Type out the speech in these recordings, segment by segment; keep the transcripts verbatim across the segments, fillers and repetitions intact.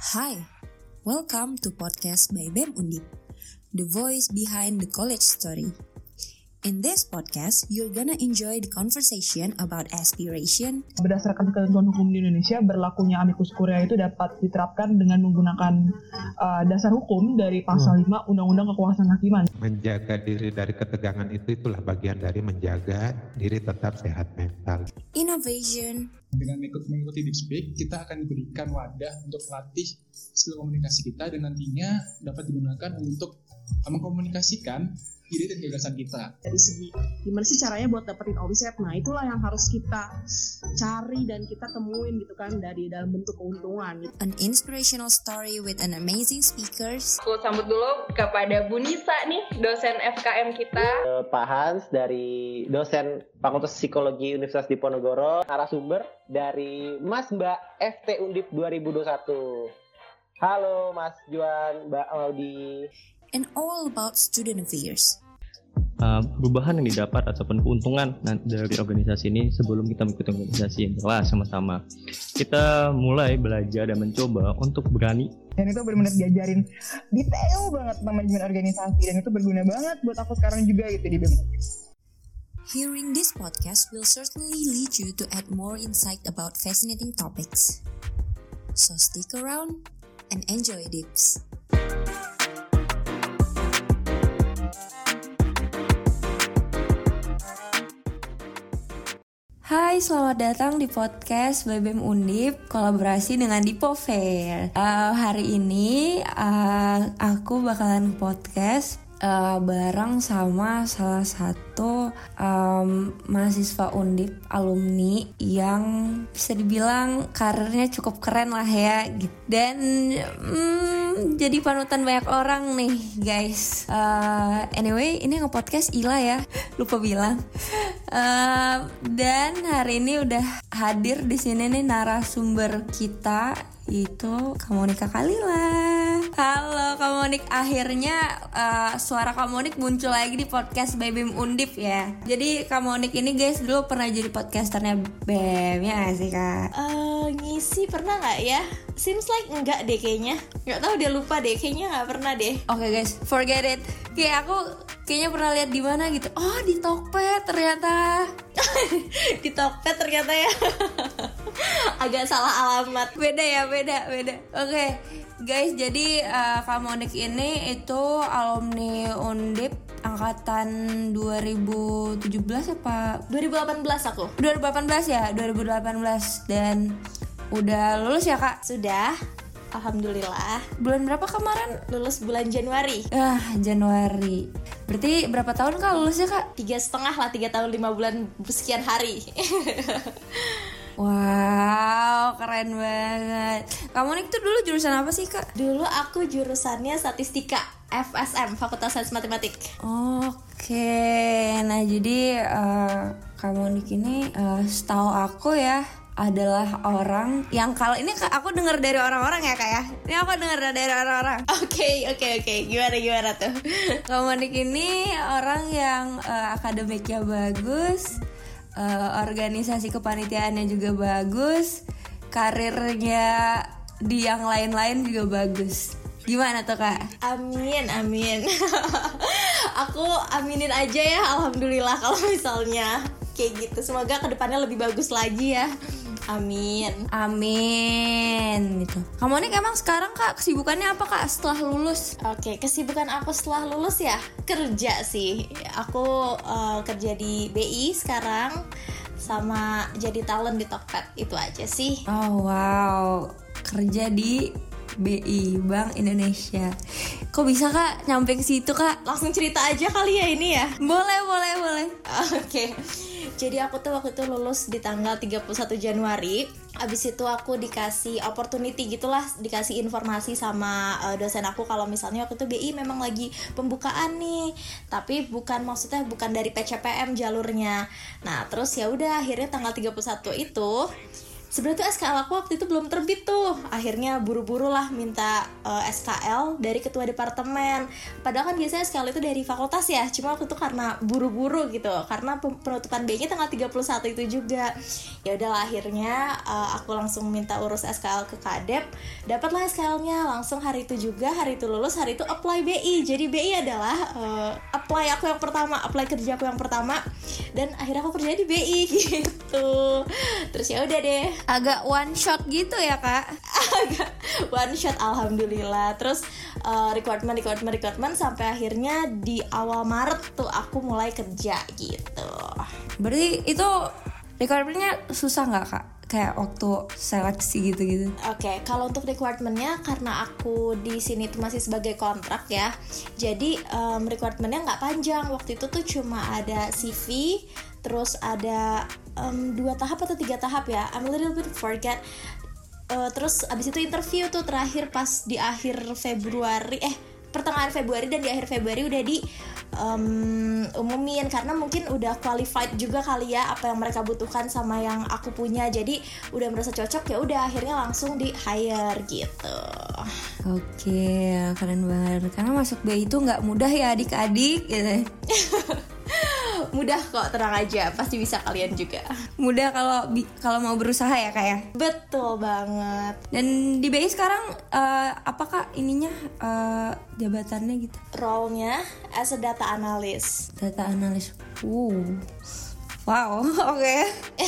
Hi, welcome to podcast by B E M Undip, the voice behind the college story. In this podcast, you're gonna enjoy the conversation about aspiration. Berdasarkan ketentuan hukum di Indonesia, berlakunya amicus curiae itu dapat diterapkan dengan menggunakan uh, dasar hukum dari pasal hmm. lima Undang-Undang Kekuasaan Kehakiman. Menjaga diri dari ketegangan itu itulah bagian dari menjaga diri tetap sehat mental. Innovation. Dengan mengikuti Deep Speak, kita akan diberikan wadah untuk melatih skill komunikasi kita dan nantinya dapat digunakan untuk mengkomunikasikan ide dan gagasan kita. Dari segi gimana sih caranya buat dapetin omset, nah itulah yang harus kita cari dan kita temuin gitu kan dari dalam bentuk keuntungan. An inspirational story with an amazing speakers. Aku sambut dulu kepada Bu Nisa nih, dosen F K M kita. Uh, Pak Hans dari dosen Fakultas Psikologi Universitas Diponegoro, narasumber dari Mas Mbak F T Undip dua ribu dua puluh satu. Halo Mas Juan, Mbak Audi. And all about student affairs. Uh, perubahan yang didapat ataupun keuntungan dari organisasi ini sebelum kita mengikuti organisasi yang jelas sama-sama. Kita mulai belajar dan mencoba untuk berani. Dan itu benar-benar diajarin detail banget tentang manajemen organisasi dan itu berguna banget buat aku sekarang juga gitu di B E M. Hearing this podcast will certainly lead you to add more insight about fascinating topics. So stick around and enjoy Dips. Hai, selamat datang di podcast B E M Undip kolaborasi dengan Dipo Fair. Uh, hari ini uh, aku bakalan podcast uh, bareng sama salah satu um, mahasiswa Undip alumni yang bisa dibilang karirnya cukup keren lah ya gitu. Dan um, jadi panutan banyak orang nih guys. Uh, anyway, ini nge-podcast Ila ya, lupa bilang. Uh, dan hari ini udah hadir di sini nih narasumber kita, itu Kak Monika Kalila. Halo Kak Monik, akhirnya uh, suara Kak Monik muncul lagi di podcast B E M Undip ya. Jadi Kak Monik ini guys dulu pernah jadi podcasternya B E M, ya gak sih Kak? Uh, ngisi pernah gak ya? Seems like enggak deh kayaknya. Gak tahu dia lupa deh, kayaknya gak pernah deh. Oke okay guys, forget it. Kayak aku kayaknya pernah lihat di mana gitu. Oh, di Tokped ternyata. Di Tokped ternyata ya. Agak salah alamat. Beda ya, beda, beda. Oke. Okay. Guys, jadi uh, Kak Monik ini itu alumni Undip angkatan dua ribu tujuh belas apa? dua ribu delapan belas aku. dua ribu delapan belas ya, dua ribu delapan belas dan udah lulus ya Kak? Sudah. Alhamdulillah. Bulan berapa kemarin? Lulus bulan Januari. Ah, Januari. Berarti berapa tahun Kak lulusnya Kak? Tiga setengah lah, tiga tahun lima bulan sekian hari. Wow, keren banget. Kamu nih tuh dulu jurusan apa sih Kak? Dulu aku jurusannya statistika, F S M, Fakultas Sains Matematik. Oke, nah jadi uh, kamu ini uh, setahu aku ya adalah orang yang kalau ini aku dengar dari orang-orang ya Kak ya. Ini aku dengar dari orang-orang. Oke, oke, oke. Gimana gimana tuh? Kamu ini orang yang uh, akademiknya bagus. Uh, organisasi kepanitiaannya juga bagus, karirnya di yang lain-lain juga bagus. Gimana tuh Kak? Amin, amin. Aku aminin aja ya, alhamdulillah kalau misalnya kayak gitu. Semoga kedepannya lebih bagus lagi ya. Amin. Amin gitu. Kamu nih emang sekarang Kak kesibukannya apa Kak setelah lulus? Oke, kesibukan aku setelah lulus ya kerja sih. Aku uh, kerja di B I sekarang sama jadi talent di Tokped, itu aja sih. Oh wow, kerja di B I Bank Indonesia. Kok bisa Kak nyampe ke situ Kak? Langsung cerita aja kali ya ini ya. Boleh, boleh, boleh. Oke. Jadi aku tuh waktu itu lulus di tanggal tiga puluh satu Januari. Abis itu aku dikasih opportunity gitulah, dikasih informasi sama uh, dosen aku kalau misalnya waktu itu B I memang lagi pembukaan nih, tapi bukan maksudnya bukan dari P C P M jalurnya. Nah terus ya udah akhirnya tanggal tiga puluh satu itu sebenarnya tuh S K L aku waktu itu belum terbit tuh. Akhirnya buru-buru lah minta uh, S K L dari ketua departemen. Padahal kan biasanya S K L itu dari fakultas ya. Cuma waktu itu karena buru-buru gitu. Karena penutupan B-nya tanggal tiga puluh satu itu juga. Ya udahlah akhirnya uh, aku langsung minta urus S K L ke Kadep. Dapatlah S K L-nya langsung hari itu juga. Hari itu lulus, hari itu apply B I. Jadi B I adalah uh, apply aku yang pertama, apply kerja aku yang pertama. Dan akhirnya aku kerja di B I gitu. Terus ya udah deh. Agak one shot gitu ya kak. Agak one shot alhamdulillah. Terus uh, requirement requirement requirement sampai akhirnya di awal Maret tuh aku mulai kerja gitu. Berarti itu requirementnya susah nggak kak? Kayak waktu seleksi gitu-gitu. Oke, okay, kalau untuk requirementnya karena aku di sini tuh masih sebagai kontrak ya, jadi um, requirementnya nggak panjang. Waktu itu tuh cuma ada C V, terus ada um, dua tahap atau tiga tahap ya. I'm a little bit forget. Uh, terus abis itu interview tuh terakhir pas di akhir Februari, eh pertengahan Februari dan di akhir Februari udah di um, umumin karena mungkin udah qualified juga kali ya apa yang mereka butuhkan sama yang aku punya, jadi udah merasa cocok ya udah akhirnya langsung di hire gitu. Oke, keren banget karena masuk B I itu nggak mudah ya adik-adik gitu. Mudah kok, tenang aja, pasti bisa kalian juga. Mudah kalau kalau mau berusaha ya kak ya. Betul banget. Dan di B I sekarang uh, apakah ininya uh, jabatannya gitu? Role-nya as a data analyst. Data analyst. Uh. Wow, oke. Okay.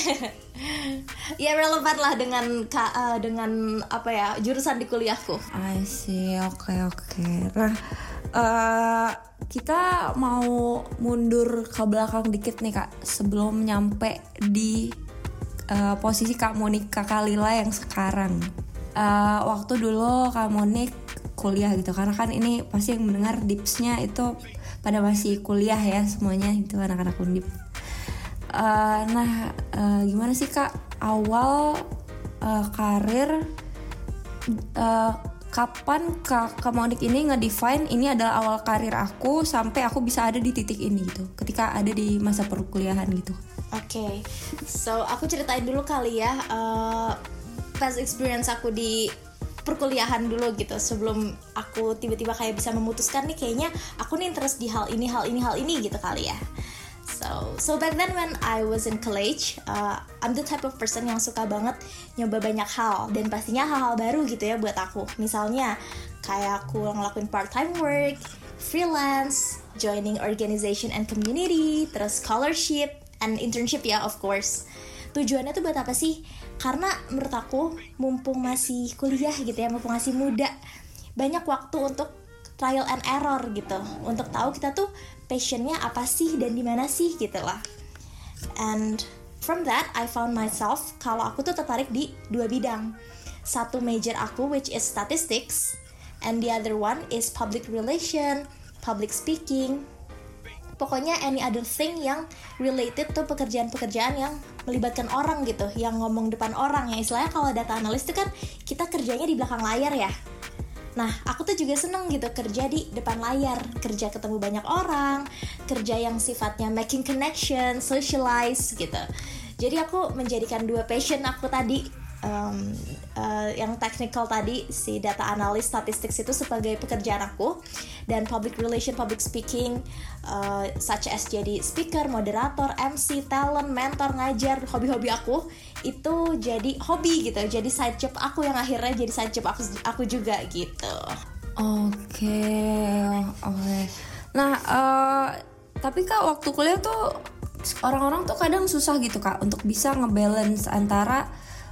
Ya relevan lah dengan uh, dengan apa ya jurusan di kuliahku. I see, oke okay, oke. Okay. Nah, uh, kita mau mundur ke belakang dikit nih kak sebelum nyampe di uh, posisi Kak Monika Kalila yang sekarang. Uh, waktu dulu Kak Monik kuliah gitu karena kan ini pasti yang mendengar Dipsnya itu pada masih kuliah ya semuanya itu anak-anak Undip. Uh, nah uh, gimana sih kak awal uh, karir uh, kapan kak, kak Monik ini ngedefine ini adalah awal karir aku sampai aku bisa ada di titik ini gitu ketika ada di masa perkuliahan gitu. Oke, okay. So aku ceritain dulu kali ya uh, past experience aku di perkuliahan dulu gitu sebelum aku tiba-tiba kayak bisa memutuskan nih kayaknya aku nih interest di hal ini hal ini hal ini gitu kali ya. So, so back then when I was in college, uh, I'm the type of person yang suka banget nyoba banyak hal dan pastinya hal-hal baru gitu ya buat aku. Misalnya kayak aku ngelakuin part-time work, freelance, joining organization and community, terus scholarship and internship ya of course. Tujuannya tuh buat apa sih? Karena menurut aku mumpung masih kuliah gitu ya, mumpung masih muda, banyak waktu untuk trial and error gitu, untuk tahu kita tuh passionnya apa sih dan di mana sih gitu lah. And from that I found myself kalau aku tuh tertarik di dua bidang. Satu major aku which is statistics and the other one is public relation, public speaking. Pokoknya any other thing yang related tuh pekerjaan-pekerjaan yang melibatkan orang gitu, yang ngomong depan orang. Yang istilahnya kalau data analis itu kan kita kerjanya di belakang layar ya. Nah, aku tuh juga seneng gitu kerja di depan layar, kerja ketemu banyak orang, kerja yang sifatnya making connection, socialize gitu. Jadi aku menjadikan dua passion aku tadi, um, uh, yang technical tadi, si data analis, statistics itu sebagai pekerjaan aku, dan public relation, public speaking, uh, such as jadi speaker, moderator, M C, talent, mentor, ngajar, hobi-hobi aku itu jadi hobi gitu, jadi side job aku yang akhirnya jadi side job aku aku juga gitu. Oke, okay, oke. Okay. Nah, uh, tapi kak waktu kuliah tuh orang-orang tuh kadang susah gitu kak untuk bisa ngebalance antara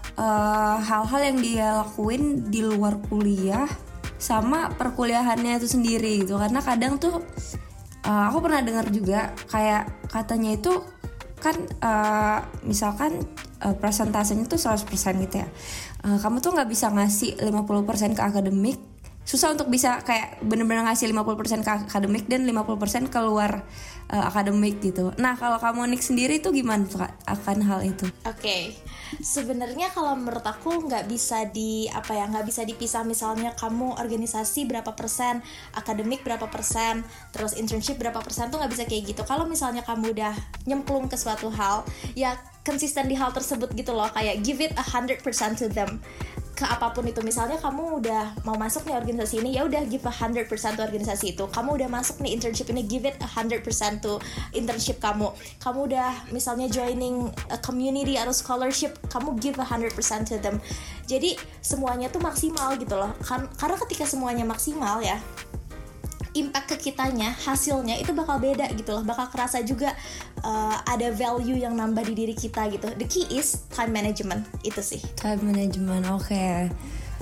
uh, hal-hal yang dia lakuin di luar kuliah sama perkuliahannya itu sendiri gitu. Karena kadang tuh uh, aku pernah dengar juga kayak katanya itu kan uh, misalkan uh, presentasenya tuh seratus persen gitu ya. Uh, kamu tuh nggak bisa ngasih lima puluh persen ke akademik. Susah untuk bisa kayak bener-bener ngasih lima puluh persen ke akademik dan lima puluh persen keluar uh, akademik gitu. Nah, kalau kamu Monik sendiri tuh gimana tuh Kak akan hal itu? Oke. Okay. Sebenarnya kalau menurut aku nggak bisa di apa ya nggak bisa dipisah, misalnya kamu organisasi berapa persen, akademik berapa persen, terus internship berapa persen tuh nggak bisa kayak gitu. Kalau misalnya kamu udah nyemplung ke suatu hal, ya konsisten di hal tersebut gitu loh, kayak give it a hundred percent to them, ke apapun itu. Misalnya kamu udah mau masuk nih organisasi ini, ya udah give a hundred percent to organisasi itu. Kamu udah masuk nih internship ini, give it a hundred percent to internship kamu. Kamu udah misalnya joining a community atau scholarship, kamu give a hundred percent to them. Jadi semuanya tuh maksimal gitu loh. Karena ketika semuanya maksimal ya, impact ke kitanya, hasilnya itu bakal beda gitu loh, bakal kerasa juga uh, ada value yang nambah di diri kita gitu. The key is time management, itu sih. Time management, oke. Okay.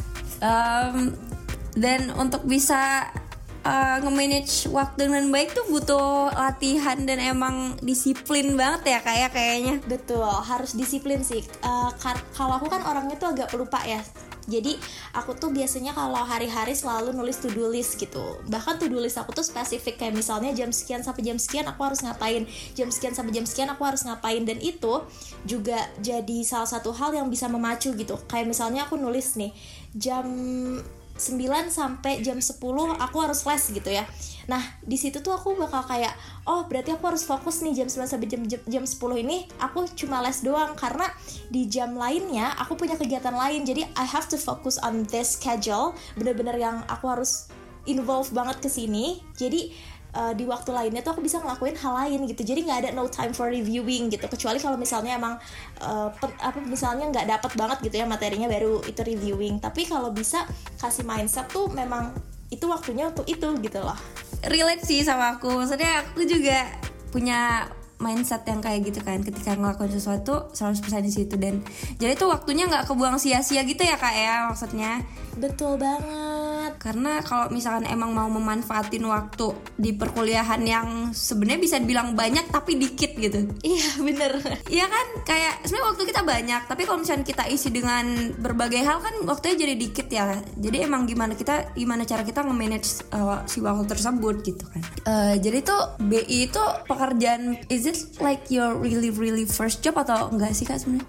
Um, dan untuk bisa uh, nge-manage waktu dengan baik tuh butuh latihan dan emang disiplin banget ya kayak kayaknya. Betul, harus disiplin sih. Uh, kar- kalau aku kan orangnya tuh agak pelupa ya. Jadi aku tuh biasanya kalau hari-hari selalu nulis to-do list gitu. Bahkan to-do list aku tuh spesifik, kayak misalnya jam sekian sampai jam sekian aku harus ngapain, jam sekian sampai jam sekian aku harus ngapain. Dan itu juga jadi salah satu hal yang bisa memacu gitu. Kayak misalnya aku nulis nih jam sembilan sampai jam sepuluh aku harus les gitu ya. Nah, di situ tuh aku bakal kayak, oh berarti aku harus fokus nih jam sembilan sampai jam, jam, jam sepuluh ini aku cuma les doang, karena di jam lainnya aku punya kegiatan lain. Jadi I have to focus on this schedule, bener-bener yang aku harus involve banget ke sini. Jadi uh, di waktu lainnya tuh aku bisa ngelakuin hal lain gitu. Jadi nggak ada no time for reviewing gitu. Kecuali kalau misalnya emang uh, pe, apa misalnya nggak dapet banget gitu ya materinya, baru itu reviewing. Tapi kalau bisa kasih mindset tuh memang itu waktunya untuk itu gitu loh. Relate sih sama aku, maksudnya aku juga punya mindset yang kayak gitu kan, ketika ngelakuin sesuatu seratus persen di situ, dan jadi tuh waktunya nggak kebuang sia-sia gitu ya kak ya, maksudnya. Betul banget. Karena kalau misalkan emang mau memanfaatin waktu di perkuliahan yang sebenarnya bisa dibilang banyak tapi dikit gitu. Iya bener. Iya kan, kayak sebenarnya waktu kita banyak, tapi kalau misalkan kita isi dengan berbagai hal kan waktunya jadi dikit ya. Jadi emang gimana kita, gimana cara kita nge-manage uh, si waktu tersebut gitu kan. Uh, jadi tuh B I itu pekerjaan, is it like your really really first job atau enggak sih kak sebenarnya?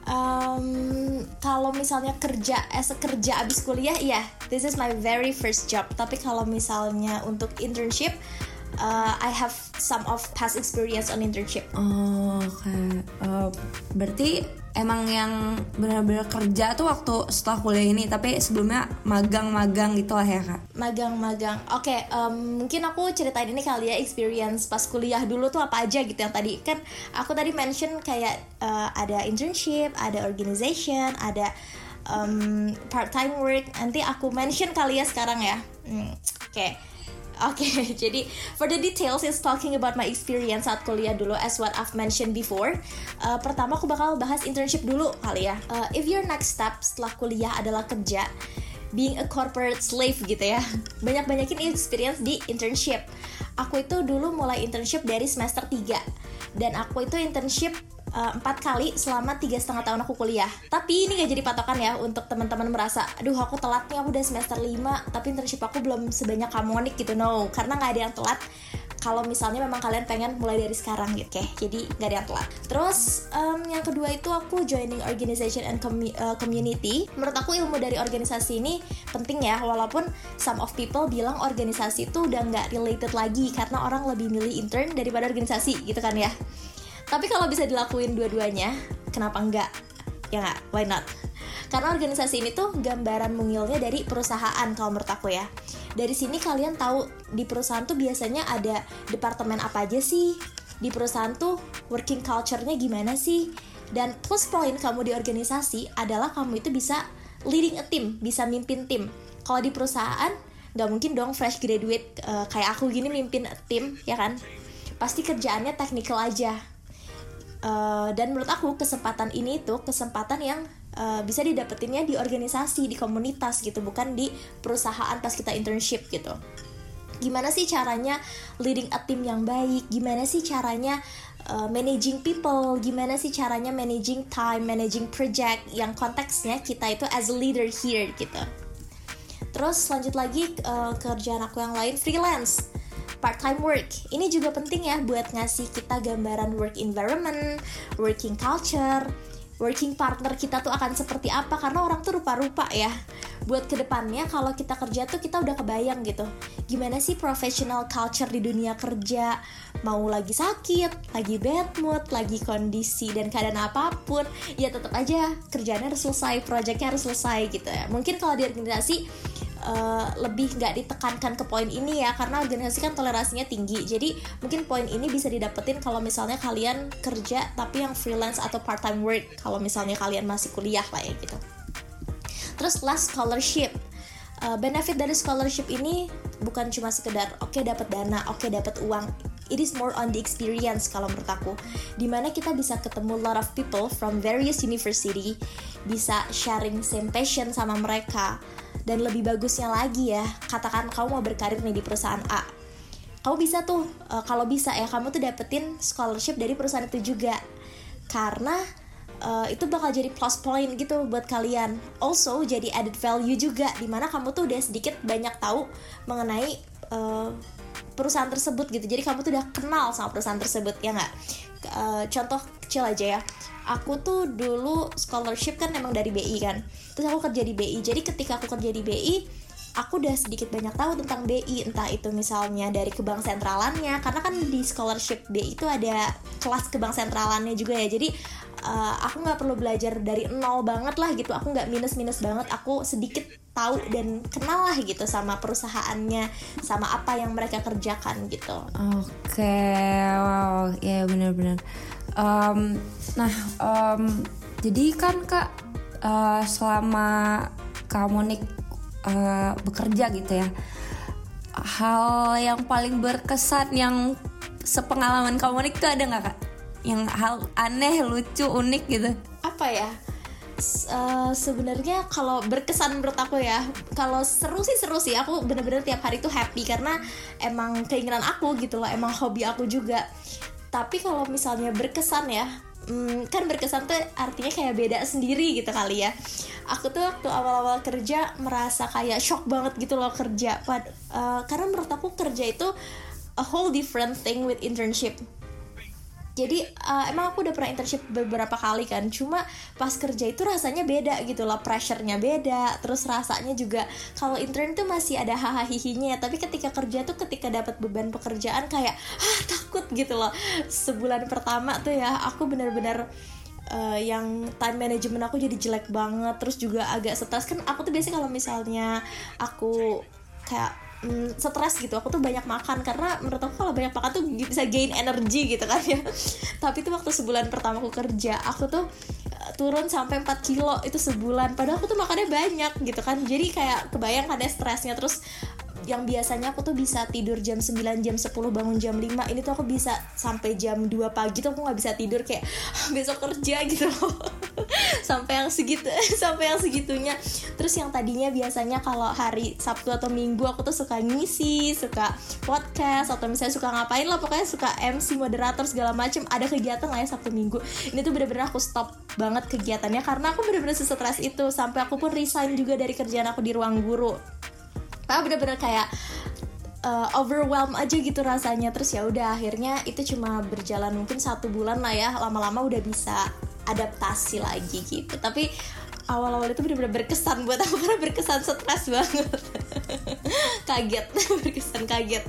Um, kalau misalnya kerja, as a kerja abis kuliah, iya, this is my very first job. Tapi kalau misalnya untuk internship, uh, I have some of past experience on internship. Oh, oke. Okay. Uh, berarti emang yang benar-benar kerja tuh waktu setelah kuliah ini, tapi sebelumnya magang-magang gitu lah ya kak? Magang-magang. Oke, okay, um, mungkin aku ceritain ini kali ya, experience pas kuliah dulu tuh apa aja gitu. Yang tadi kan aku tadi mention kayak uh, ada internship, ada organization, ada um, part-time work. Nanti aku mention kali ya sekarang ya. Hmm, oke. Okay. Oke, okay, jadi for the details is talking about my experience saat kuliah dulu, as what I've mentioned before. Uh, pertama aku bakal bahas internship dulu kali ya. Uh, if your next step setelah kuliah adalah kerja, being a corporate slave gitu ya, banyak-banyakin experience di internship. Aku itu dulu mulai internship dari semester tiga, dan aku itu internship empat uh, kali selama tiga setengah tahun aku kuliah. Tapi ini gak jadi patokan ya untuk teman-teman merasa, aduh aku telat nih, aku udah semester lima tapi internship aku belum sebanyak kamu nih gitu. No, karena gak ada yang telat kalau misalnya memang kalian pengen mulai dari sekarang gitu. Oke, jadi gak ada yang telat. Terus um, yang kedua itu aku joining organization and com- uh, community. Menurut aku ilmu dari organisasi ini penting ya, walaupun some of people bilang organisasi itu udah gak related lagi karena orang lebih milih intern daripada organisasi gitu kan ya. Tapi kalau bisa dilakuin dua-duanya, kenapa enggak? Ya nggak? Why not? Karena organisasi ini tuh gambaran mungilnya dari perusahaan kalau menurut aku ya. Dari sini kalian tahu di perusahaan tuh biasanya ada departemen apa aja sih? Di perusahaan tuh working culture-nya gimana sih? Dan plus point kamu di organisasi adalah kamu itu bisa leading a team, bisa mimpin tim. Kalau di perusahaan, nggak mungkin dong fresh graduate uh, kayak aku gini mimpin a team, ya kan? Pasti kerjaannya technical aja. Uh, dan menurut aku kesempatan ini tuh kesempatan yang uh, bisa didapetinnya di organisasi, di komunitas gitu, bukan di perusahaan pas kita internship gitu. Gimana sih caranya leading a team yang baik, gimana sih caranya uh, managing people, gimana sih caranya managing time, managing project, yang konteksnya kita itu as a leader here gitu. Terus lanjut lagi uh, kerjaan aku yang lain, freelance, part-time work. Ini juga penting ya buat ngasih kita gambaran work environment, working culture, working partner kita tuh akan seperti apa, karena orang tuh rupa-rupa ya. buat kedepannya kalau kita kerja tuh kita udah kebayang gitu gimana sih professional culture di dunia kerja, mau lagi sakit, lagi bad mood, lagi kondisi dan keadaan apapun ya tetap aja kerjaannya harus selesai, projectnya harus selesai gitu ya. Mungkin kalau di organisasi uh, lebih nggak ditekankan ke poin ini ya, karena organisasi kan toleransinya tinggi, jadi mungkin poin ini bisa didapetin kalau misalnya kalian kerja tapi yang freelance atau part time work, kalau misalnya kalian masih kuliah lah ya gitu. Terus last, scholarship. Uh, benefit dari scholarship ini bukan cuma sekedar oke okay, dapat dana, oke okay, dapat uang. It is more on the experience kalau menurut aku. Dimana kita bisa ketemu lot of people from various university, bisa sharing same passion sama mereka. Dan lebih bagusnya lagi ya, katakan kamu mau berkarir nih di perusahaan A. Kamu bisa tuh, uh, kalau bisa ya, kamu tuh dapetin scholarship dari perusahaan itu juga. Karena Uh, itu bakal jadi plus point gitu buat kalian. Also jadi added value juga, dimana kamu tuh udah sedikit banyak tahu mengenai uh, perusahaan tersebut gitu. Jadi kamu tuh udah kenal sama perusahaan tersebut ya nggak? Uh, contoh kecil aja ya. Aku tuh dulu scholarship kan emang dari B I kan. Terus aku kerja di B I. Jadi ketika aku kerja di B I, aku udah sedikit banyak tahu tentang B I, entah itu misalnya dari kebank sentralannya, karena kan di scholarship B I itu ada kelas kebank sentralannya juga ya. Jadi uh, aku nggak perlu belajar dari nol banget lah gitu, aku nggak minus-minus banget, aku sedikit tahu dan kenal lah gitu sama perusahaannya, sama apa yang mereka kerjakan gitu. Oke, okay, wow, ya yeah, benar-benar. Um, nah, um, jadi kan Kak, uh, selama kamu nih Uh, bekerja gitu ya, hal yang paling berkesan yang sepengalaman kamu nih itu ada nggak Kak? Yang hal aneh, lucu, unik gitu? Apa ya? Uh, sebenarnya kalau berkesan menurut aku ya, kalau seru sih seru sih. Aku bener-bener tiap hari tuh happy karena emang keinginan aku gitu loh, emang hobi aku juga. Tapi kalau misalnya berkesan ya, Hmm, kan berkesan tuh artinya kayak beda sendiri gitu kali ya. Aku tuh waktu awal-awal kerja merasa kayak shock banget gitu loh kerja. Pad, uh, karena menurut aku kerja itu a whole different thing with internship. Jadi uh, emang aku udah pernah internship beberapa kali kan, cuma pas kerja itu rasanya beda gitu loh, pressure-nya beda, terus rasanya juga kalau intern tuh masih ada hahaha hihinya, tapi ketika kerja tuh ketika dapat beban pekerjaan kayak ah takut gitu loh. Sebulan pertama tuh ya aku benar-benar uh, yang time management aku jadi jelek banget, terus juga agak stres kan. Aku tuh biasanya kalau misalnya aku kayak Hmm, stres gitu, aku tuh banyak makan karena menurut aku kalau banyak makan tuh bisa gain energi gitu kan ya. Tapi tuh waktu sebulan pertama aku kerja, aku tuh uh, turun sampai empat kilo itu sebulan, padahal aku tuh makannya banyak gitu kan. Jadi kayak kebayang ada stresnya. Terus yang biasanya aku tuh bisa tidur jam sembilan, jam sepuluh, bangun jam lima, ini tuh aku bisa sampai jam dua pagi tuh aku gak bisa tidur, kayak besok kerja gitu loh. sampai yang segitu sampai yang segitunya. Terus yang tadinya biasanya kalau hari Sabtu atau Minggu aku tuh suka ngisi, suka podcast, atau misalnya suka ngapain lah, pokoknya suka M C, moderator segala macem, ada kegiatan lah ya Sabtu Minggu. Ini tuh bener-bener aku stop banget kegiatannya karena aku bener-bener stres itu. Sampai aku pun resign juga dari kerjaan aku di ruang guru. Nah, bener-bener kayak uh, overwhelmed aja gitu rasanya. Terus ya udah akhirnya itu cuma berjalan mungkin satu bulan lah ya, lama-lama udah bisa adaptasi lagi gitu. Tapi awal-awal itu bener-bener berkesan buat aku karena berkesan stres banget. Kaget, berkesan kaget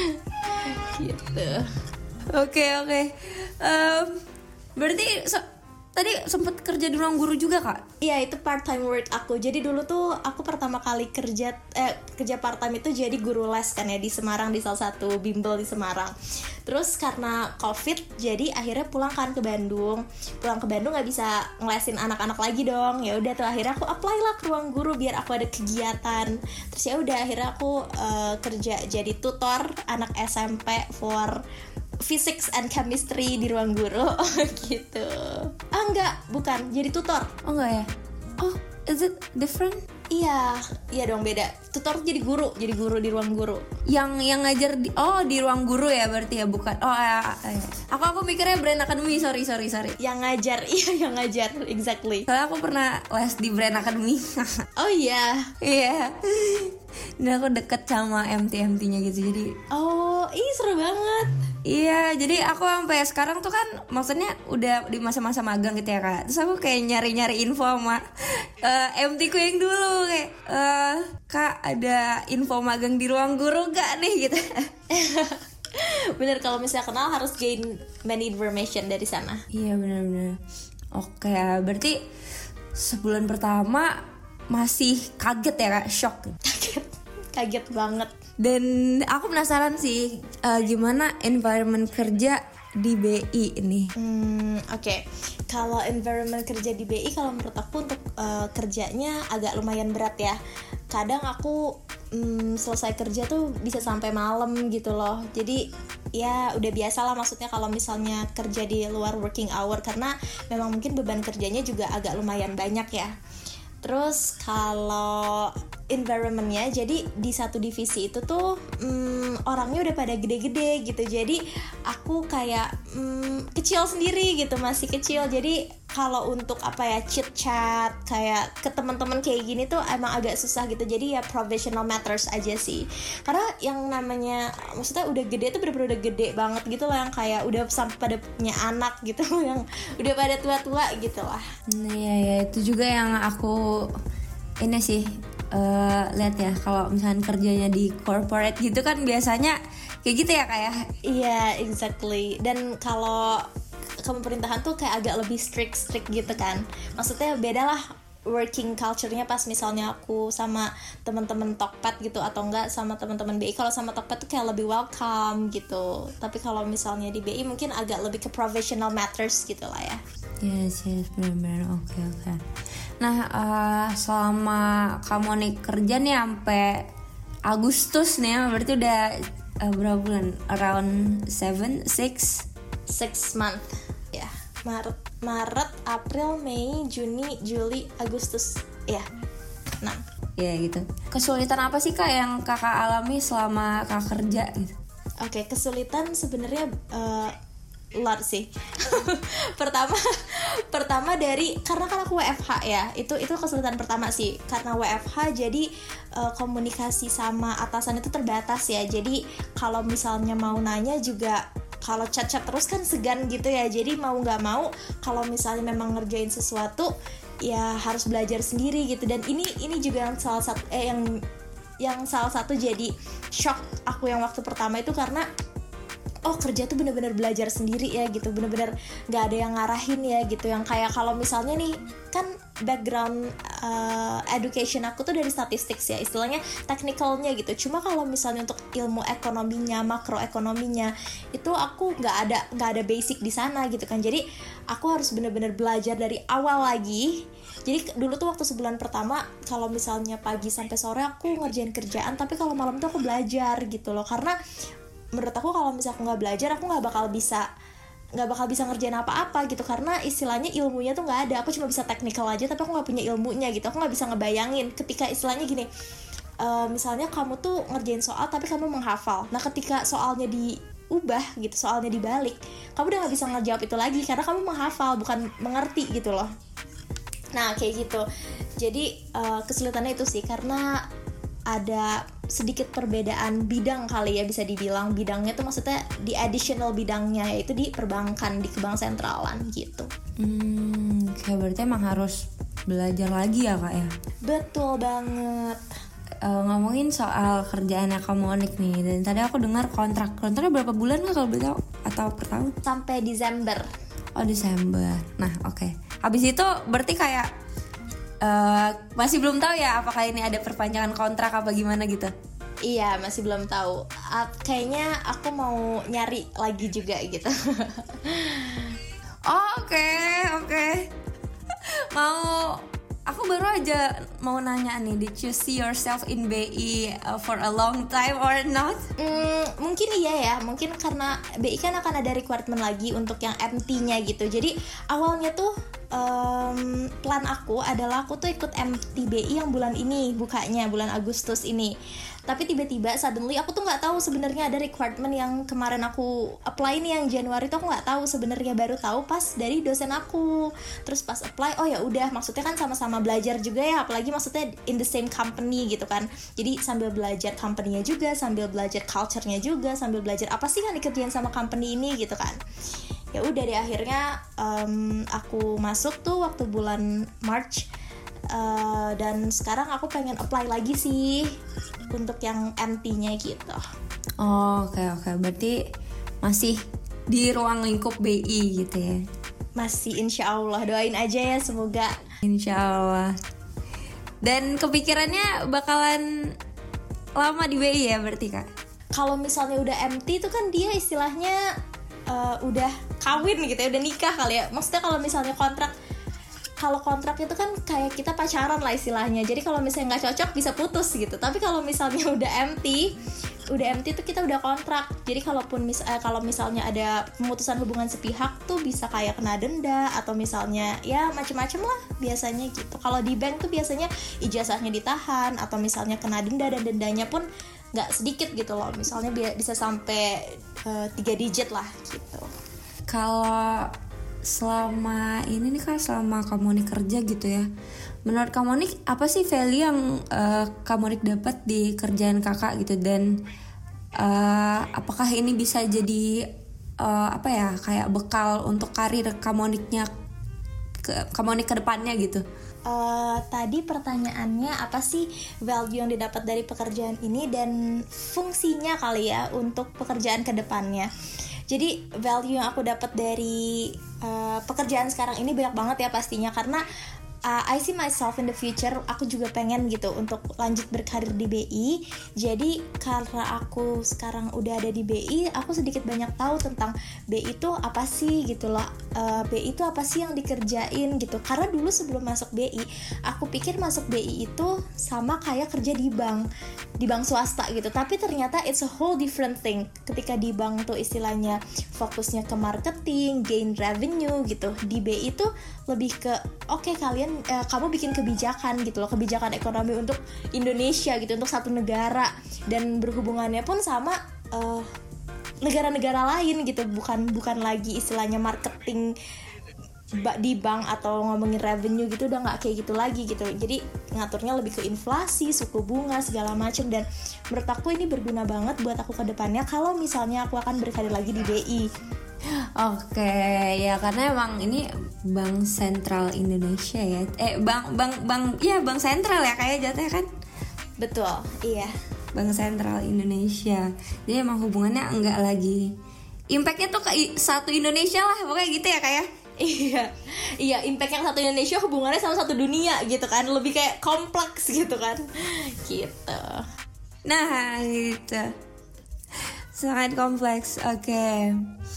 gitu. Oke oke. Um, berarti so- tadi sempat kerja di ruang guru juga Kak? Iya, itu part time work aku. Jadi dulu tuh aku pertama kali kerja eh kerja part time itu jadi guru les kan ya di Semarang, di salah satu bimbel di Semarang. Terus karena Covid jadi akhirnya pulang kan ke Bandung. Pulang ke Bandung nggak bisa ngelesin anak-anak lagi dong. Ya udah tuh akhirnya aku apply lah ke ruang guru biar aku ada kegiatan. Terus ya udah akhirnya aku uh, kerja jadi tutor anak S M P for physics and chemistry di ruang guru gitu. Ah enggak, bukan, jadi tutor. Oh enggak ya? Oh, is it different? Iya, iya dong beda. Tutor jadi guru, jadi guru di ruang guru. Yang yang ngajar di oh di ruang guru ya berarti ya, bukan. Oh, eh, eh. aku aku mikirnya Brand Academy, sorry sorry sorry. Yang ngajar, iya yang ngajar, exactly. Soalnya aku pernah les di Brand Academy. Oh iya. Iya. Dan aku deket sama M T-M T-nya gitu. Jadi oh, ih seru banget. Iya, jadi aku sampai sekarang tuh kan maksudnya udah di masa-masa magang gitu ya Kak. Terus aku kayak nyari-nyari info sama uh, M T ku yang dulu kayak uh, Kak ada info magang di ruang guru gak nih gitu. Bener, kalau misalnya kenal harus gain many information dari sana. Iya benar-benar. Oke, berarti sebulan pertama masih kaget ya Kak, shock. Kaget, kaget banget. Dan aku penasaran sih uh, gimana environment kerja di B I ini. Hmm, oke. Okay. Kalau environment kerja di B I, kalau menurut aku untuk uh, kerjanya agak lumayan berat ya. Kadang aku um, selesai kerja tuh bisa sampai malam gitu loh. Jadi ya udah biasa lah, maksudnya kalau misalnya kerja di luar working hour, karena memang mungkin beban kerjanya juga agak lumayan banyak ya. Terus kalau environmentnya, jadi di satu divisi itu tuh hmm, orangnya udah pada gede-gede gitu. Jadi aku kayak hmm, kecil sendiri gitu, masih kecil. Jadi kalau untuk apa ya, chit chat kayak ke teman-teman kayak gini tuh emang agak susah gitu. Jadi ya professional matters aja sih. Karena yang namanya maksudnya udah gede tuh bener-bener udah gede banget gitu loh, yang kayak udah sampai pada punya anak gitu, yang udah pada tua-tua gitu lah. Nah ya, ya itu juga yang aku ini sih uh, lihat ya, kalau misalnya kerjanya di corporate gitu kan biasanya kayak gitu ya kayak. Iya, exactly. Dan kalau ke pemerintahan tuh kayak agak lebih strict-strict gitu kan. Maksudnya beda lah working culture-nya pas misalnya aku sama teman-teman Tokped gitu, atau enggak sama teman-teman B I. Kalau sama Tokped tuh kayak lebih welcome gitu. Tapi kalau misalnya di B I mungkin agak lebih ke professional matters gitu lah ya. Yes, yes, benar-benar. Oke, okay, oke. Okay. Nah, uh, selama kamu nih kerja nih sampai Agustus nih, berarti udah uh, berapa bulan? Around seven, six, six month. Ya, Maret, Maret, April, Mei, Juni, Juli, Agustus. Ya, enam. Ya gitu. Kesulitan apa sih Kak yang Kakak alami selama Kakak kerja gitu? Oke, okay, kesulitan sebenarnya uh, lot sih. pertama pertama dari karena kan aku W F H ya, itu itu kesulitan pertama sih, karena W F H jadi uh, komunikasi sama atasan itu terbatas ya. Jadi kalau misalnya mau nanya juga, kalau chat-chat terus kan segan gitu ya. Jadi mau nggak mau kalau misalnya memang ngerjain sesuatu ya harus belajar sendiri gitu. Dan ini ini juga yang salah satu eh yang yang salah satu jadi shock aku yang waktu pertama itu, karena oh kerja tuh bener-bener belajar sendiri ya gitu, bener-bener gak ada yang ngarahin ya gitu. Yang kayak kalau misalnya nih kan background uh, education aku tuh dari statistik ya, istilahnya technicalnya gitu. Cuma kalau misalnya untuk ilmu ekonominya, makroekonominya itu aku gak ada gak ada basic di sana gitu kan. Jadi aku harus bener-bener belajar dari awal lagi. Jadi dulu tuh waktu sebulan pertama, kalau misalnya pagi sampai sore aku ngerjain kerjaan, tapi kalau malam tuh aku belajar gitu loh. Karena menurut aku kalau misalnya aku nggak belajar, aku nggak bakal bisa nggak bakal bisa ngerjain apa-apa gitu. Karena istilahnya ilmunya tuh nggak ada, aku cuma bisa technical aja tapi aku nggak punya ilmunya gitu. Aku nggak bisa ngebayangin ketika istilahnya gini, uh, misalnya kamu tuh ngerjain soal tapi kamu menghafal, nah ketika soalnya diubah gitu, soalnya dibalik, kamu udah nggak bisa ngejawab itu lagi karena kamu menghafal bukan mengerti gitu loh. Nah kayak gitu. Jadi uh, kesulitannya itu sih karena ada sedikit perbedaan bidang kali ya, bisa dibilang bidangnya tuh maksudnya di additional bidangnya, yaitu di perbankan, di ke bank sentralan gitu. Hmm, kayak berarti emang harus belajar lagi ya Kak ya? Betul banget. Uh, ngomongin soal kerjaannya kamu Onik nih, dan tadi aku dengar kontrak kontraknya berapa bulan nggak kalau boleh tahu, atau per tahun? Sampai Desember. Oh Desember. Nah oke. Okay. Habis itu berarti kayak Uh, masih belum tahu ya apakah ini ada perpanjangan kontrak apa gimana gitu? Iya, masih belum tahu. Uh, kayaknya aku mau nyari lagi juga gitu. Oh, oke, okay, oke. Okay. Mau aku baru aja mau nanya nih, did you see yourself in B I uh, for a long time or not? Hmm, mungkin iya ya, mungkin karena B I kan akan ada requirement lagi untuk yang M T-nya gitu. Jadi awalnya tuh um, plan aku adalah aku tuh ikut M T B I yang bulan ini bukanya, bulan Agustus ini. Tapi tiba-tiba suddenly aku tuh nggak tahu sebenarnya ada requirement yang kemarin aku apply nih yang Januari tuh aku nggak tahu sebenarnya, baru tahu pas dari dosen aku. Terus pas apply, oh ya udah, maksudnya kan sama-sama belajar juga ya, apalagi maksudnya in the same company gitu kan. Jadi sambil belajar company-nya juga, sambil belajar culture-nya juga, sambil belajar apa sih yang dikerjain sama company ini gitu kan. Ya udah deh, akhirnya um, aku masuk tuh waktu bulan March. Uh, dan sekarang aku pengen apply lagi sih untuk yang M T-nya gitu. Oh, oke okay, oke. Okay. Berarti masih di ruang lingkup B I gitu ya? Masih, insya Allah. Doain aja ya, semoga. Insya Allah. Dan kepikirannya bakalan lama di B I ya berarti Kak? Kalau misalnya udah M T itu kan dia istilahnya uh, udah kawin gitu ya, udah nikah kali ya. Maksudnya kalau misalnya kontrak, kalau kontrak itu kan kayak kita pacaran lah istilahnya. Jadi kalau misalnya nggak cocok bisa putus gitu. Tapi kalau misalnya udah M T, udah M T itu kita udah kontrak. Jadi kalaupun mis- eh, kalau misalnya ada pemutusan hubungan sepihak tuh bisa kayak kena denda atau misalnya ya macam-macam lah biasanya gitu. Kalau di bank tuh biasanya ijazahnya ditahan atau misalnya kena denda, dan dendanya pun nggak sedikit gitu loh. Misalnya bisa sampai uh, tiga digit lah gitu. Kalau selama ini nih Kak, selama kamu nih kerja gitu ya, menurut kamu nih apa sih value yang uh, kamu nih dapat di kerjaan kakak gitu, dan uh, apakah ini bisa jadi uh, apa ya kayak bekal untuk karir kamu nya ke kamu nih ke depannya gitu? Uh, tadi pertanyaannya apa sih value yang didapat dari pekerjaan ini dan fungsinya kali ya untuk pekerjaan ke depannya. Jadi value yang aku dapat dari uh, pekerjaan sekarang ini banyak banget ya pastinya, karena uh, I see myself in the future. Aku juga pengen gitu untuk lanjut berkarir di B I. Jadi karena aku sekarang udah ada di B I, aku sedikit banyak tahu tentang B I itu apa sih gitu loh. uh, B I itu apa sih yang dikerjain gitu. Karena dulu sebelum masuk B I, aku pikir masuk B I itu sama kayak kerja di bank, di bank swasta gitu. Tapi ternyata it's a whole different thing. Ketika di bank tuh istilahnya fokusnya ke marketing, gain revenue gitu. Di B I tuh lebih ke oke okay, kalian eh, kamu bikin kebijakan gitu loh, kebijakan ekonomi untuk Indonesia gitu, untuk satu negara, dan berhubungannya pun sama uh, negara-negara lain gitu, bukan bukan lagi istilahnya marketing di bank atau ngomongin revenue gitu, udah nggak kayak gitu lagi gitu. Jadi ngaturnya lebih ke inflasi, suku bunga segala macam, dan menurut aku ini berguna banget buat aku ke depannya kalau misalnya aku akan berkarir lagi di B I. Oke, ya karena emang ini Bank Sentral Indonesia ya. Eh bank bank bank ya Bank Sentral ya kayak jatuhnya kan? Betul, iya. Bank Sentral Indonesia. Jadi emang hubungannya enggak lagi. Impactnya tuh ke satu Indonesia lah, pokoknya gitu ya kayak. Iya, iya, impact yang satu Indonesia hubungannya sama satu dunia gitu kan, lebih kayak kompleks gitu kan, gitu. Nah, gitu, sangat kompleks. Oke, okay.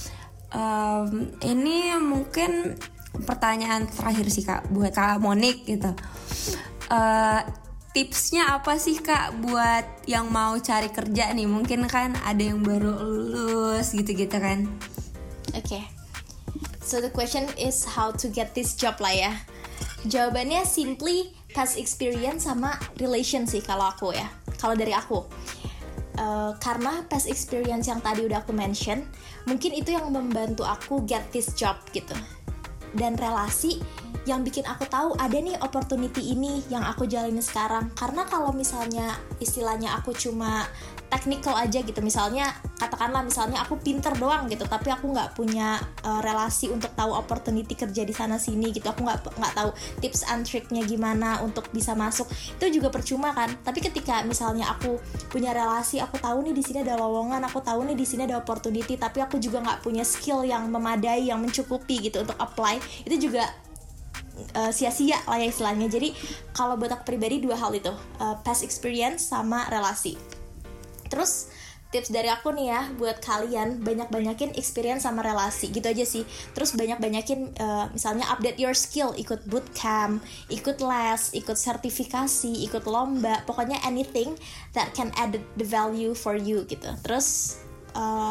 um, ini mungkin pertanyaan terakhir sih Kak, buat Kak Monik gitu. Uh, tipsnya apa sih Kak buat yang mau cari kerja nih? Mungkin kan ada yang baru lulus gitu-gitu kan? Oke. Okay. So the question is how to get this job lah ya. Jawabannya simply past experience sama relation sih kalau aku ya. Kalau dari aku, uh, karena past experience yang tadi udah aku mention, mungkin itu yang membantu aku get this job gitu. Dan relasi yang bikin aku tahu ada nih opportunity ini yang aku jalani sekarang. Karena kalau misalnya istilahnya aku cuma technical aja gitu, misalnya katakanlah misalnya aku pinter doang gitu, tapi aku nggak punya uh, relasi untuk tahu opportunity kerja di sana sini gitu, aku nggak nggak tahu tips and triknya gimana untuk bisa masuk, itu juga percuma kan. Tapi ketika misalnya aku punya relasi, aku tahu nih di sini ada lowongan, aku tahu nih di sini ada opportunity, tapi aku juga nggak punya skill yang memadai, yang mencukupi gitu untuk apply, itu juga Uh, sia-sia lah ya istilahnya. Jadi kalau buat aku pribadi dua hal itu, uh, past experience sama relasi. Terus tips dari aku nih ya buat kalian, banyak-banyakin experience sama relasi gitu aja sih. Terus banyak-banyakin uh, misalnya update your skill, ikut bootcamp, ikut les, ikut sertifikasi, ikut lomba, pokoknya anything that can add the value for you gitu. Terus uh,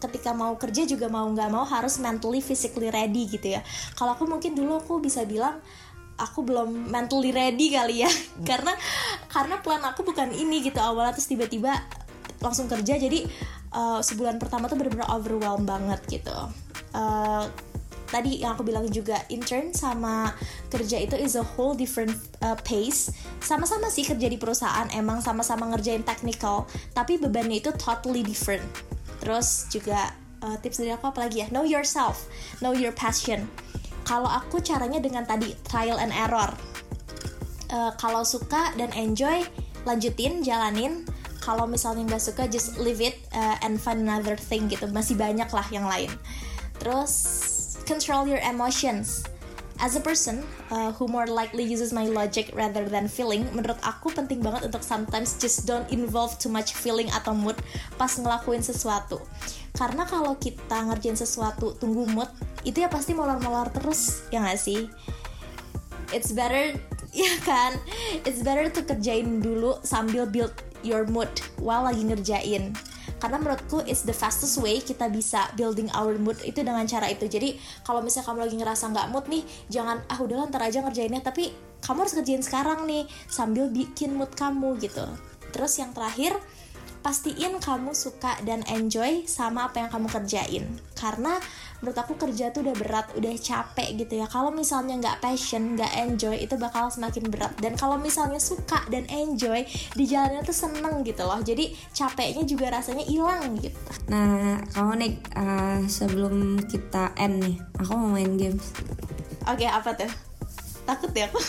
ketika mau kerja juga mau nggak mau harus mentally physically ready gitu ya. Kalau aku mungkin dulu aku bisa bilang aku belum mentally ready kali ya, karena karena plan aku bukan ini gitu awalnya, terus tiba-tiba langsung kerja, jadi uh, sebulan pertama tuh benar-benar overwhelmed banget gitu. Uh, tadi yang aku bilang juga, intern sama kerja itu is a whole different uh, pace. Sama-sama sih kerja di perusahaan, emang sama-sama ngerjain technical, tapi bebannya itu totally different. Terus juga uh, tips dari aku apa lagi ya, know yourself, know your passion. Kalau aku caranya dengan tadi trial and error. Uh, kalau suka dan enjoy, lanjutin, jalanin. Kalau misalnya nggak suka, just leave it uh, and find another thing gitu. Masih banyak lah yang lain. Terus control your emotions. As a person uh, who more likely uses my logic rather than feeling, menurut aku penting banget untuk sometimes just don't involve too much feeling atau mood pas ngelakuin sesuatu. Karena kalau kita ngerjain sesuatu tunggu mood, itu ya pasti molor-molor terus, ya nggak sih? It's better, ya kan? It's better to kerjain dulu sambil build your mood while lagi ngerjain. Karena menurutku it's the fastest way kita bisa building our mood itu dengan cara itu. Jadi kalau misalnya kamu lagi ngerasa nggak mood nih, jangan ah udahlah ntar aja ngerjainnya, tapi kamu harus kerjain sekarang nih sambil bikin mood kamu gitu. Terus yang terakhir, pastiin kamu suka dan enjoy sama apa yang kamu kerjain. Karena menurut aku kerja tuh udah berat, udah capek gitu ya. Kalau misalnya nggak passion, nggak enjoy, itu bakal semakin berat. Dan kalau misalnya suka dan enjoy, di jalannya tuh seneng gitu loh. Jadi capeknya juga rasanya hilang gitu. Nah, kamu nih uh, sebelum kita end nih, aku mau main games. Oke, okay, apa tuh? Takut ya aku.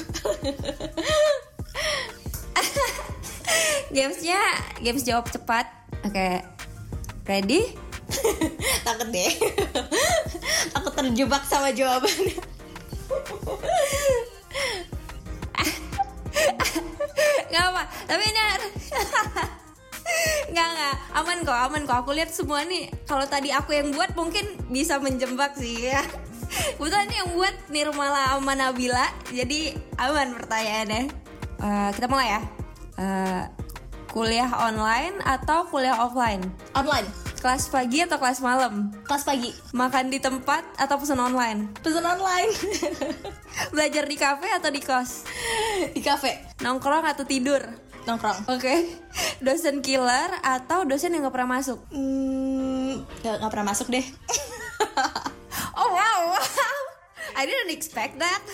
Gamesnya games jawab cepat. Oke, okay. Ready? Takut deh. Aku terjebak sama jawabannya. Gak apa, tapi ini Nggak, nggak, aman kok, aman kok. Aku lihat semua nih, kalau tadi aku yang buat mungkin bisa menjebak sih ya. Kebetulan yang buat Nirmala sama Nabila, jadi aman pertanyaannya. uh, Kita mulai ya. uh, Kuliah online atau kuliah offline? Online. Kelas pagi atau kelas malam? Kelas pagi. Makan di tempat atau pesan online? Pesan online. Belajar di kafe atau di kos? Di kafe. Nongkrong atau tidur? Nongkrong. Oke. Okay. Dosen killer atau dosen yang gak pernah masuk? Hmm, gak, gak pernah masuk deh. Oh wow, I didn't expect that.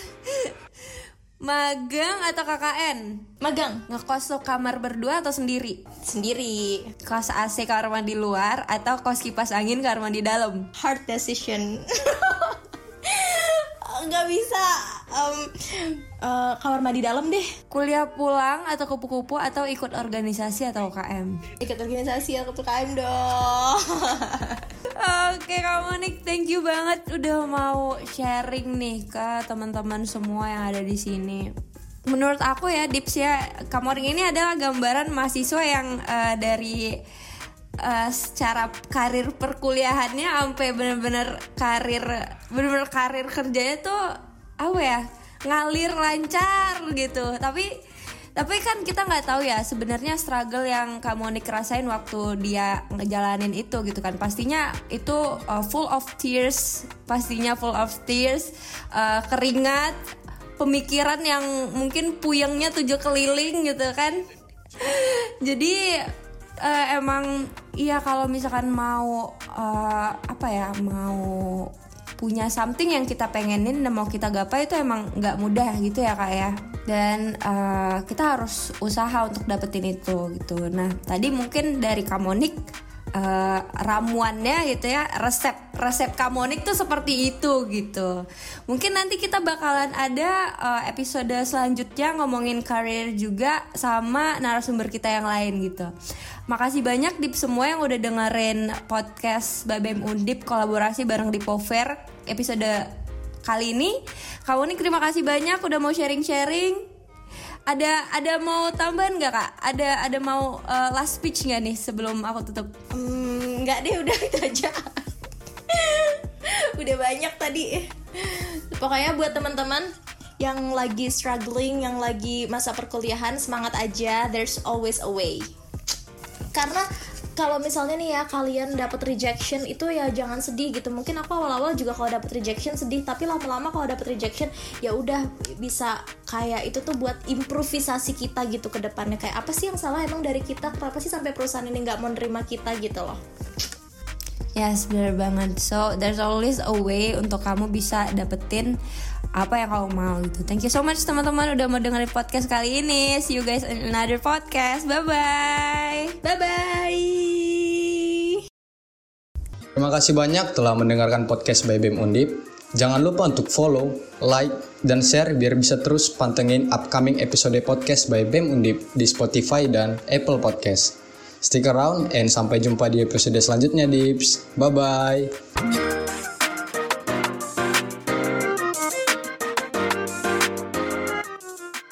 Magang atau K K N? Magang. Ngekos tuh kamar berdua atau sendiri? Sendiri. Kos A C kamar mandi luar atau kos kipas angin kamar mandi dalam? Hard decision. Nggak bisa. um, uh, Kamar mandi dalam deh. Kuliah pulang atau kupu-kupu atau ikut organisasi atau U K M? Ikut organisasi atau U K M dong. Oke, kamu nih, thank you banget udah mau sharing nih ke teman-teman semua yang ada di sini. Menurut aku ya, Dips ya, Kamoring ini adalah gambaran mahasiswa yang uh, dari uh, secara karir perkuliahannya sampai benar-benar karir benar-benar karir kerjanya tuh apa ya, ngalir lancar gitu. Tapi Tapi kan kita nggak tahu ya sebenarnya struggle yang Kak Monik rasain waktu dia ngejalanin itu gitu kan. Pastinya itu uh, full of tears, pastinya full of tears, uh, keringat, pemikiran yang mungkin puyengnya tujuh keliling gitu kan. Jadi uh, emang iya kalau misalkan mau uh, apa ya, mau punya something yang kita pengenin dan mau kita gapai itu emang nggak mudah gitu ya Kak ya. Dan uh, kita harus usaha untuk dapetin itu gitu. Nah tadi mungkin dari Kamonik uh, ramuannya gitu ya, resep resep Kamonik tuh seperti itu gitu. Mungkin nanti kita bakalan ada uh, episode selanjutnya ngomongin karir juga sama narasumber kita yang lain gitu. Makasih banyak Dip semua yang udah dengerin podcast B B M Undip kolaborasi bareng Dipover episode kali ini. Kamu nih terima kasih banyak udah mau sharing-sharing. Ada ada mau tambahan nggak Kak? Ada ada mau uh, last speech nggak nih sebelum aku tutup? Hmm, nggak deh, udah itu aja. Udah banyak tadi. Pokoknya buat teman-teman yang lagi struggling, yang lagi masa perkuliahan, semangat aja. There's always a way. Karena kalau misalnya nih ya kalian dapat rejection itu ya jangan sedih gitu. Mungkin aku awal-awal juga kalau dapat rejection sedih, tapi lama-lama kalau dapat rejection ya udah bisa kayak itu tuh buat improvisasi kita gitu ke depannya. Kayak apa sih yang salah emang dari kita? Kenapa sih sampai perusahaan ini nggak mau nerima kita gitu loh? Yes, benar banget. So there's always a way untuk kamu bisa dapetin apa yang kamu mau gitu. Thank you so much teman-teman udah mau dengerin podcast kali ini. See you guys in another podcast. Bye bye. Bye bye. Terima kasih banyak telah mendengarkan podcast by B E M Undip. Jangan lupa untuk follow, like, dan share biar bisa terus pantengin upcoming episode podcast by B E M Undip di Spotify dan Apple Podcast. Stick around and sampai jumpa di episode selanjutnya, Dips. Bye-bye.